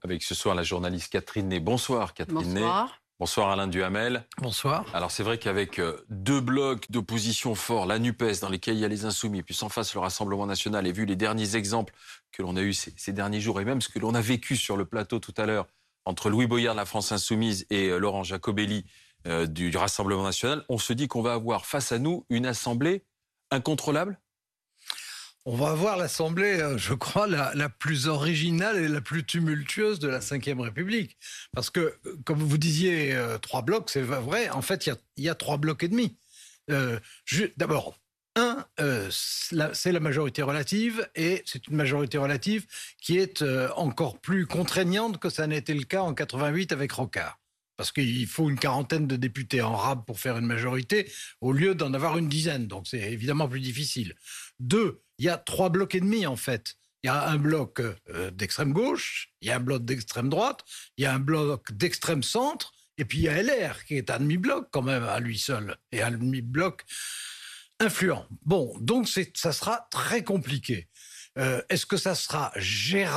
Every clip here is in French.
avec ce soir la journaliste Catherine Ney. Bonsoir Catherine Ney. Bonsoir. Bonsoir Alain Duhamel. Bonsoir. Alors c'est vrai qu'avec deux blocs d'opposition forts, la NUPES dans lesquels il y a les Insoumis, puis en face le Rassemblement National, et vu les derniers exemples que l'on a eus ces derniers jours, et même ce que l'on a vécu sur le plateau tout à l'heure, entre Louis Boyard de la France Insoumise et Laurent Jacobelli du Rassemblement National, on se dit qu'on va avoir face à nous une assemblée incontrôlable? On va avoir l'Assemblée, je crois, la plus originale et la plus tumultueuse de la Ve République. Parce que, comme vous disiez, 3 blocs, c'est vrai. En fait, il y a 3 blocs et demi. D'abord, c'est la majorité relative, et c'est une majorité relative qui est encore plus contraignante que ça n'était le cas en 88 avec Rocard. Parce qu'il faut une quarantaine de députés en rab pour faire une majorité, au lieu d'en avoir une dizaine. Donc c'est évidemment plus difficile. 2, il y a 3 blocs et demi en fait. Il y a un bloc d'extrême gauche, il y a un bloc d'extrême droite, il y a un bloc d'extrême centre, et puis il y a LR qui est un demi-bloc quand même à lui seul, et un demi-bloc influent. Bon, donc ça sera très compliqué. Est-ce que ça sera gérable ?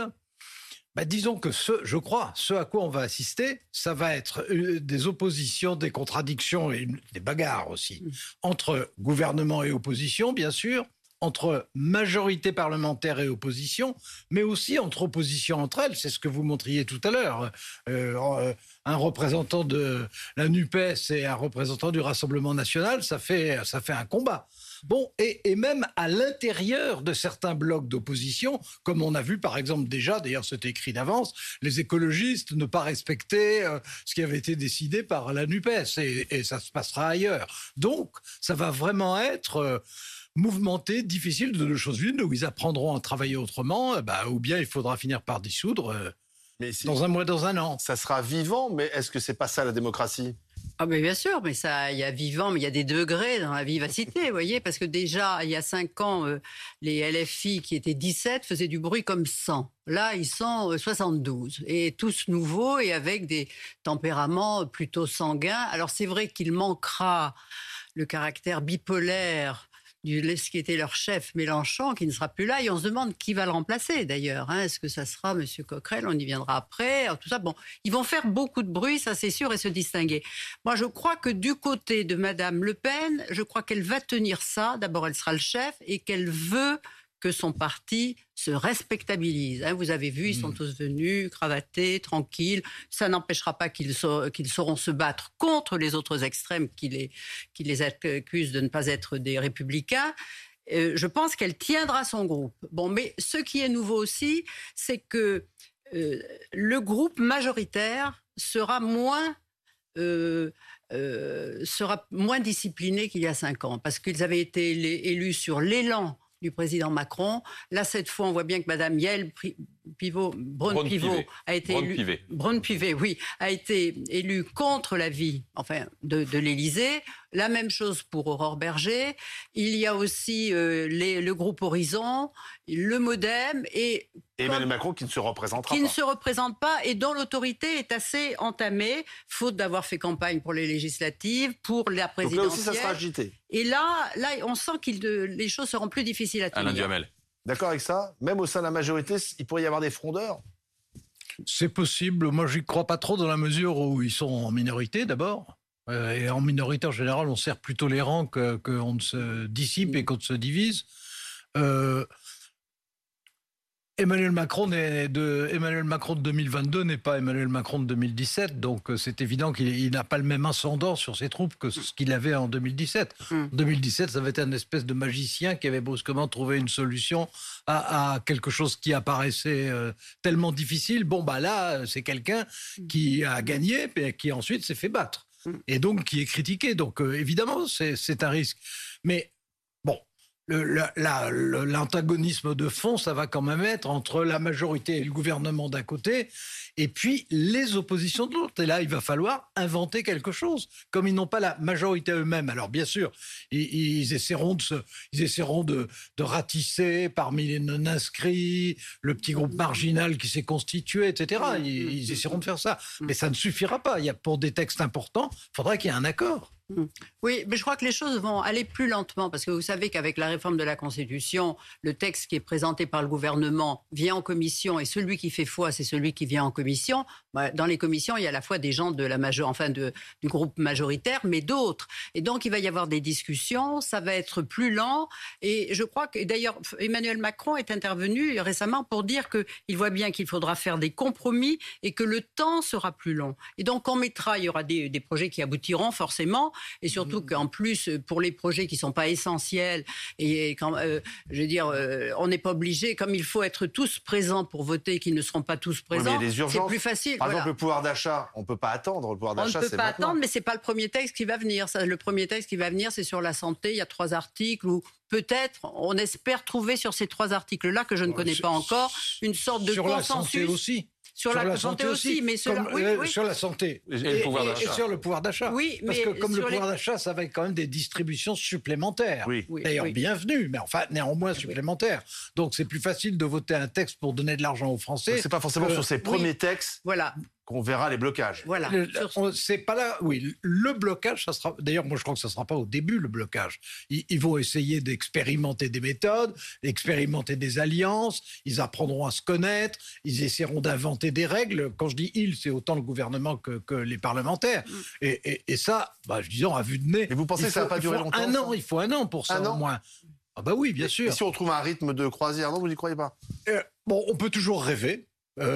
Disons que je crois, ce à quoi on va assister, ça va être des oppositions, des contradictions et des bagarres aussi, entre gouvernement et opposition, bien sûr, entre majorité parlementaire et opposition, mais aussi entre oppositions entre elles. C'est ce que vous montriez tout à l'heure. Un représentant de la NUPES et un représentant du Rassemblement National, ça fait un combat. Bon, et même à l'intérieur de certains blocs d'opposition, comme on a vu par exemple déjà, d'ailleurs c'était écrit d'avance, les écologistes ne pas respecter ce qui avait été décidé par la NUPES, et ça se passera ailleurs. Donc, ça va vraiment être mouvementé, difficile, de 2 choses l'une, où ils apprendront à travailler autrement, ou bien il faudra finir par dissoudre dans un mois, dans un an. Ça sera vivant, mais est-ce que c'est pas ça la démocratie ? Ah mais bien sûr, mais ça, il y a vivant, mais il y a des degrés dans la vivacité, vous voyez, parce que déjà, il y a 5 ans, les LFI qui étaient 17 faisaient du bruit comme 100. Là, ils sont 72, et tous nouveaux et avec des tempéraments plutôt sanguins. Alors c'est vrai qu'il manquera le caractère bipolaire ce qui était leur chef, Mélenchon, qui ne sera plus là. Et on se demande qui va le remplacer, d'ailleurs. Est-ce que ça sera M. Coquerel ? On y viendra après. Tout ça. Bon, ils vont faire beaucoup de bruit, ça c'est sûr, et se distinguer. Moi, je crois que du côté de Mme Le Pen, je crois qu'elle va tenir ça. D'abord, elle sera le chef, et qu'elle veut que son parti se respectabilise. Vous avez vu, ils sont tous venus, cravatés, tranquilles. Ça n'empêchera pas qu'ils sauront se battre contre les autres extrêmes qui les accusent de ne pas être des républicains. Je pense qu'elle tiendra son groupe. Bon, mais ce qui est nouveau aussi, c'est que le groupe majoritaire sera moins discipliné qu'il y a 5 ans, parce qu'ils avaient été élus sur l'élan du président Macron. Là, cette fois, on voit bien que Mme Yael Braun-Pivet a été élue contre l'avis de l'Élysée. La même chose pour Aurore Berger. Il y a aussi le groupe Horizon, le MoDem et Emmanuel Macron qui ne se représentera pas. Qui ne se représente pas et dont l'autorité est assez entamée, faute d'avoir fait campagne pour les législatives, pour la présidentielle. Donc là aussi, ça sera agité. Et là on sent que les choses seront plus difficiles à tenir. Alain Duhamel. D'accord avec ça ? Même au sein de la majorité, il pourrait y avoir des frondeurs ? C'est possible. Moi, je n'y crois pas trop, dans la mesure où ils sont en minorité, d'abord. Et en minorité, en général, on serre plutôt les rangs qu'on ne se dissipe et qu'on ne se divise. Emmanuel Macron de 2022 n'est pas Emmanuel Macron de 2017, donc c'est évident qu'il n'a pas le même ascendant sur ses troupes que ce qu'il avait en 2017. En 2017, ça avait été un espèce de magicien qui avait brusquement trouvé une solution à quelque chose qui apparaissait tellement difficile. Là, c'est quelqu'un qui a gagné, mais qui ensuite s'est fait battre. Et donc qui est critiqué. Donc évidemment, c'est un risque. Mais bon, l'antagonisme de fond, ça va quand même être entre la majorité et le gouvernement d'un côté, et puis les oppositions de l'autre. Et là, il va falloir inventer quelque chose. Comme ils n'ont pas la majorité eux-mêmes, alors bien sûr, ils essaieront de ratisser parmi les non-inscrits, le petit groupe marginal qui s'est constitué, etc. Ils essaieront de faire ça. Mais ça ne suffira pas. Pour des textes importants, il faudra qu'il y ait un accord. Oui, mais je crois que les choses vont aller plus lentement parce que vous savez qu'avec la réforme de la Constitution, le texte qui est présenté par le gouvernement vient en commission et celui qui fait foi, c'est celui qui vient en commission. Dans les commissions, il y a à la fois des gens de du groupe majoritaire, mais d'autres. Et donc, il va y avoir des discussions, ça va être plus lent. Et je crois que, d'ailleurs, Emmanuel Macron est intervenu récemment pour dire qu'il voit bien qu'il faudra faire des compromis et que le temps sera plus long. Et donc, il y aura des projets qui aboutiront forcément. Et surtout qu'en plus, pour les projets qui ne sont pas essentiels, et on n'est pas obligé, comme il faut être tous présents pour voter, qu'ils ne seront pas tous présents, c'est plus facile. Par exemple, le pouvoir d'achat, on ne peut pas attendre. Le pouvoir d'achat, on ne peut pas attendre, mais ce n'est pas le premier texte qui va venir. Le premier texte qui va venir, c'est sur la santé. Il y a 3 articles où peut-être, on espère trouver sur ces 3 articles-là, que je ne connais pas encore, une sorte de consensus. Sur la santé aussi. Sur la santé aussi, mais sur la santé et sur le pouvoir d'achat. Oui, parce que comme le pouvoir d'achat, ça va être quand même des distributions supplémentaires. Oui. D'ailleurs, bienvenue, mais enfin néanmoins supplémentaires. Donc c'est plus facile de voter un texte pour donner de l'argent aux Français. C'est pas forcément sur ces premiers textes. Voilà. Qu'on verra les blocages. Voilà. C'est pas là. Oui, le blocage, ça sera. D'ailleurs, moi, je crois que ça sera pas au début le blocage. Ils vont essayer d'expérimenter des méthodes, expérimenter des alliances. Ils apprendront à se connaître. Ils essaieront d'inventer des règles. Quand je dis ils, c'est autant le gouvernement que les parlementaires. Et ça, disons à vue de nez. Et vous pensez que ça va pas durer longtemps? Il faut un an pour ça au moins. Ah bah oui, bien sûr. Et si on trouve un rythme de croisière, non, vous n'y croyez pas? On peut toujours rêver.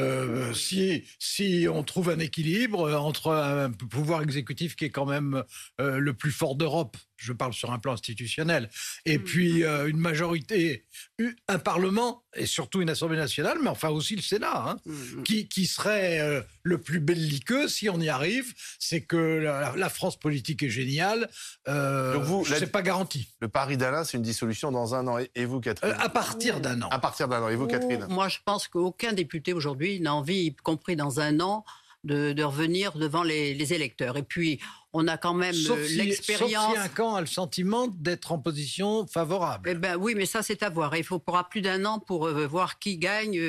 Si on trouve un équilibre entre un pouvoir exécutif qui est quand même le plus fort d'Europe, je parle sur un plan institutionnel, et puis une majorité, un Parlement et surtout une Assemblée nationale, mais enfin aussi le Sénat, qui serait le plus belliqueux si on y arrive. C'est que la France politique est géniale, c'est pas garanti. Le pari d'Alain, c'est une dissolution dans un an. Et vous, Catherine? À partir d'un an. À partir d'un an. Et vous, Catherine? Moi, je pense qu'aucun député aujourd'hui n'a envie, y compris dans un an, de revenir devant les électeurs. Et puis, on a quand même l'expérience. Sauf si un camp a le sentiment d'être en position favorable. Eh ben oui, mais ça, c'est à voir. Il faudra plus d'un an pour voir qui gagne.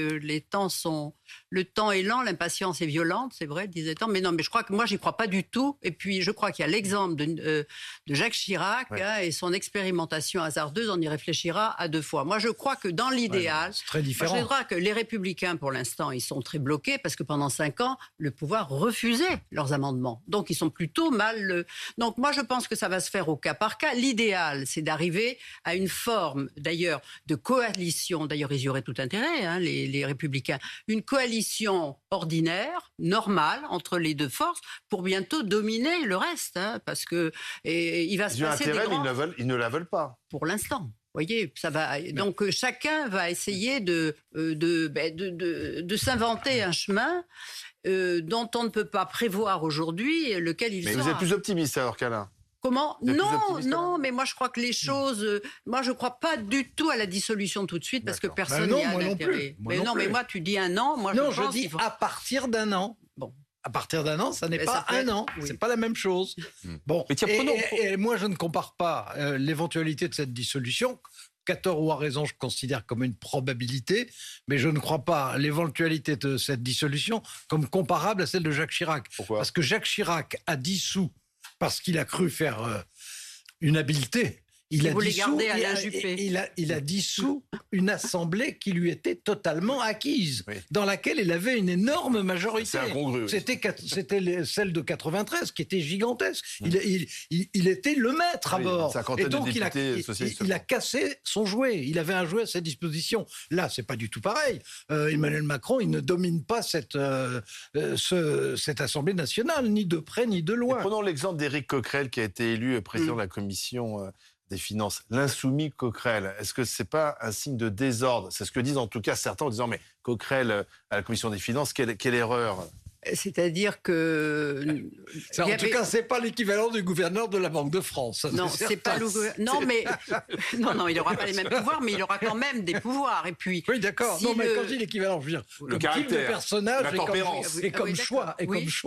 Le temps est lent, l'impatience est violente, c'est vrai, disait-on. Mais non, mais je crois que moi, j'y crois pas du tout. Et puis, je crois qu'il y a l'exemple de Jacques Chirac et son expérimentation hasardeuse. On y réfléchira à 2 fois. Moi, je crois que dans l'idéal, c'est très différent. Je crois que les Républicains, pour l'instant, ils sont très bloqués parce que pendant 5 ans, le pouvoir refusait leurs amendements. Donc, ils sont plutôt mal. Donc, moi, je pense que ça va se faire au cas par cas. L'idéal, c'est d'arriver à une forme, d'ailleurs, de coalition. D'ailleurs, ils y auraient tout intérêt, les Républicains. Une coalition ordinaire, normale, entre les 2 forces, pour bientôt dominer le reste. Parce que il va se passer des grands... Ils ne la veulent pas. Pour l'instant. Vous voyez, ça va. Donc, chacun va essayer de s'inventer un chemin dont on ne peut pas prévoir aujourd'hui lequel il sera. Mais vous êtes plus optimiste alors qu'Alain? Comment? Non, mais moi je crois que les choses... Moi je ne crois pas du tout à la dissolution tout de suite parce que personne n'y a d'intérêt. Mais moi tu dis un an, moi je pense dis à partir d'un an. Bon. À partir d'un an, ça n'est pas un an, c'est pas la même chose. Bon, et moi je ne compare pas l'éventualité de cette dissolution. Qu'à tort ou à raison, je considère comme une probabilité, mais je ne crois pas l'éventualité de cette dissolution comme comparable à celle de Jacques Chirac. Pourquoi? Parce que Jacques Chirac a dissous parce qu'il a cru faire une habileté. Il a dissous une assemblée qui lui était totalement acquise, dans laquelle il avait une énorme majorité. C'est incongru. C'était celle de 93 qui était gigantesque. Il était le maître à bord. Et donc il a cassé son jouet. Il avait un jouet à sa disposition. Là, c'est pas du tout pareil. Emmanuel Macron, il ne domine pas cette Assemblée nationale, ni de près ni de loin. Et prenons l'exemple d'Éric Coquerel qui a été élu président de la commission des finances, l'insoumis Coquerel. Est-ce que c'est pas un signe de désordre? C'est ce que disent en tout cas certains en disant mais Coquerel à la commission des finances, quelle erreur? C'est-à-dire que... En tout cas, c'est pas l'équivalent du gouverneur de la Banque de France. Non, c'est pas le non, mais non, il n'aura pas les mêmes pouvoirs, mais il aura quand même des pouvoirs. Et puis, oui, d'accord. Non, mais quand je dis l'équivalent, je veux dire, le caractère, type de personnage la tempérance, et comme choix.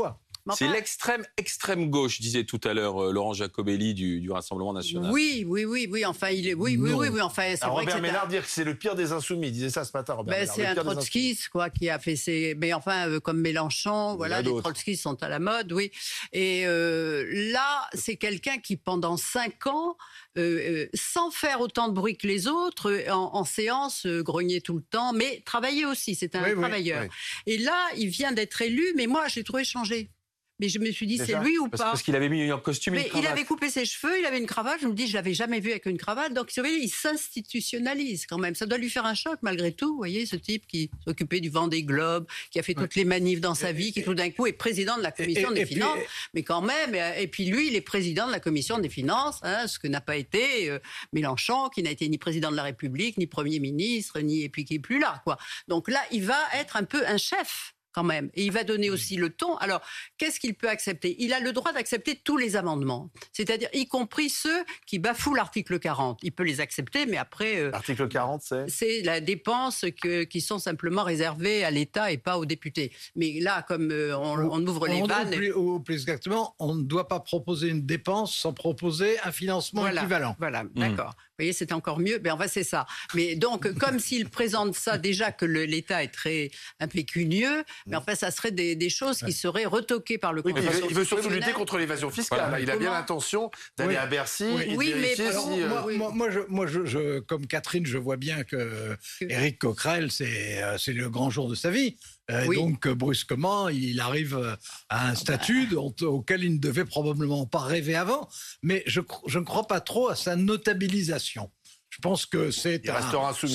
Mais C'est enfin, l'extrême gauche, disait tout à l'heure Laurent Jacobelli du Rassemblement national. oui. Enfin, Enfin, c'est Alors, vrai que Robert c'est Ménard dit que c'est le pire des insoumis. Il disait ça ce matin, Robert Ménard. c'est le un pire des insoumis. trotskiste, quoi, qui a fait ses. Mais enfin, comme Mélenchon, Il y voilà, en a les d'autres. trotskistes sont à la mode, oui. Et là, c'est quelqu'un qui, pendant 5 ans, sans faire autant de bruit que les autres, en séance, grognait tout le temps, mais travaillait aussi. C'est un Oui, oui, travailleur. oui. Et là, il vient d'être élu, mais moi, je l'ai trouvé changé. Mais je me suis dit, Déjà, c'est lui ou pas? Parce qu'il avait mis un costume et une Mais il cravate. avait coupé ses cheveux, il avait une cravate. Je me dis, je l'avais jamais vu avec une cravate. Donc, vous voyez, il s'institutionnalise quand même. Ça doit lui faire un choc malgré tout. Vous voyez, ce type qui s'occupait du Vendée Globe, qui a fait toutes les manifs dans sa vie, qui tout d'un coup est président de la commission des finances. Mais quand même, et puis lui, il est président de la commission des finances, hein, ce que n'a pas été Mélenchon, qui n'a été ni président de la République, ni Premier ministre, et puis qui est plus là, quoi. Donc là, il va être un peu un chef, quand même. Et il va donner aussi le ton. Alors, qu'est-ce qu'il peut accepter? Il a le droit d'accepter tous les amendements. C'est-à-dire, y compris ceux qui bafouent l'article 40. Il peut les accepter, mais après... L'article 40, c'est la dépense qui sont simplement réservées à l'État et pas aux députés. Mais là, comme on ouvre les vannes... Ou plus exactement, on ne doit pas proposer une dépense sans proposer un financement équivalent. Voilà, d'accord. Vous voyez, c'est encore mieux. Ben, enfin, c'est ça. Mais donc, comme s'il présente ça, déjà que l'État est très impécunieux, mais enfin, ça serait des choses qui seraient retoquées par le Oui, Conseil. il veut surtout lutter contre l'évasion fiscale. Voilà. Il a bien Comment l'intention d'aller à Bercy et Oui, de mais vérifier alors, si... Comme Catherine, je vois bien que Éric Coquerel, c'est le grand jour de sa vie. Oui. Donc, brusquement, il arrive à un statut auquel il ne devait probablement pas rêver avant. Mais je ne crois pas trop à sa notabilisation. Je pense que Il restera insoumis.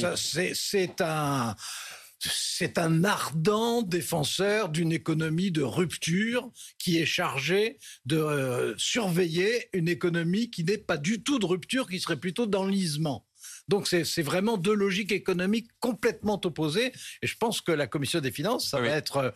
C'est un ardent défenseur d'une économie de rupture qui est chargé de surveiller une économie qui n'est pas du tout de rupture, qui serait plutôt d'enlisement. Donc c'est vraiment deux logiques économiques complètement opposées. Et je pense que la commission des finances, ça va être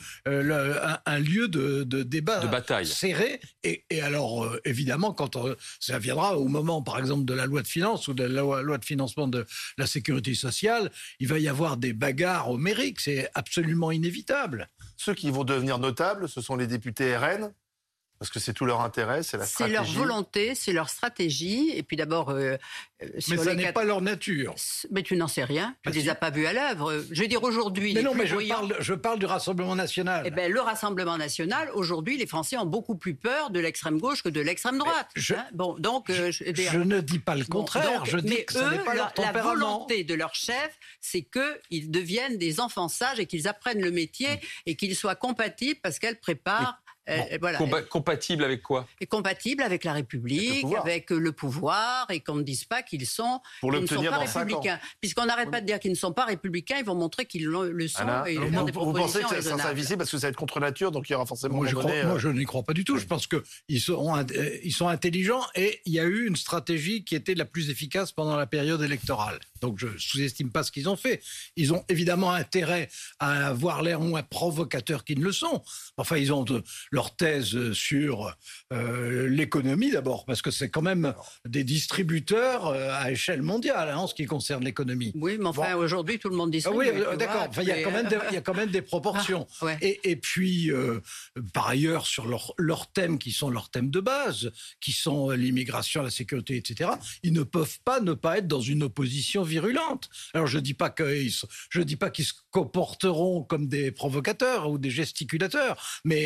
un lieu de débat, de bataille serré. Et alors, évidemment, quand ça viendra au moment, par exemple, de la loi de finances ou de la loi de financement de la sécurité sociale, il va y avoir des bagarres homériques. C'est absolument inévitable. Ceux qui vont devenir notables, ce sont les députés RN. Parce que c'est tout leur intérêt, c'est la stratégie. C'est leur volonté, c'est leur stratégie. Et puis d'abord... mais ça n'est pas leur nature. Mais tu n'en sais rien. Tu ne les as pas vus à l'œuvre. Je veux dire, aujourd'hui... Mais non, mais je parle du Rassemblement national. Eh bien, le Rassemblement national, aujourd'hui, les Français ont beaucoup plus peur de l'extrême gauche que de l'extrême droite. Bon, donc, je ne dis pas le contraire. Je dis que ce n'est pas leur tempérament. La volonté de leur chef, c'est qu'ils deviennent des enfants sages et qu'ils apprennent le métier et qu'ils soient compatibles parce qu'elle prépare... Voilà. Compatible avec quoi? Et compatible avec la République, avec le pouvoir, et qu'on ne dise pas qu'ils sont, pour l'obtenir pas dans 5 ans. républicains. Puisqu'on n'arrête pas de dire qu'ils ne sont pas républicains, ils vont montrer qu'ils le sont. Et vous pensez que ça sera visible parce que ça va être contre nature, donc il y aura forcément... Moi, je n'y crois pas du tout. Je pense qu'ils sont intelligents et il y a eu une stratégie qui était la plus efficace pendant la période électorale. Donc je ne sous-estime pas ce qu'ils ont fait. Ils ont évidemment intérêt à avoir l'air moins provocateurs qu'ils ne le sont. Enfin, ils ont leur thèse sur l'économie d'abord, parce que c'est quand même des distributeurs à échelle mondiale en ce qui concerne l'économie. Oui, mais enfin, aujourd'hui, tout le monde distribue. Oui, d'accord. Enfin, il y a quand même des proportions. Ouais. Et puis, par ailleurs, sur leurs thèmes qui sont leurs thèmes de base, qui sont l'immigration, la sécurité, etc., ils ne peuvent pas ne pas être dans une opposition virulente. Alors, je dis pas qu'ils se comporteront comme des provocateurs ou des gesticulateurs, mais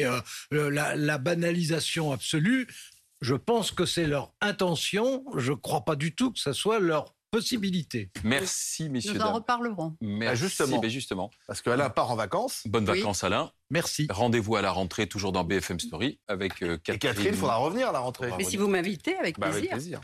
la banalisation absolue, je pense que c'est leur intention. Je ne crois pas du tout que ça soit leur possibilité. Merci, messieurs. Nous en reparlerons. Merci, justement. Parce qu'Alain part en vacances. Bonnes vacances, Alain. Merci. Rendez-vous à la rentrée, toujours dans BFM Story, avec Catherine. Et Catherine, il faudra revenir à la rentrée. Mais si vous m'invitez, avec plaisir. Avec plaisir.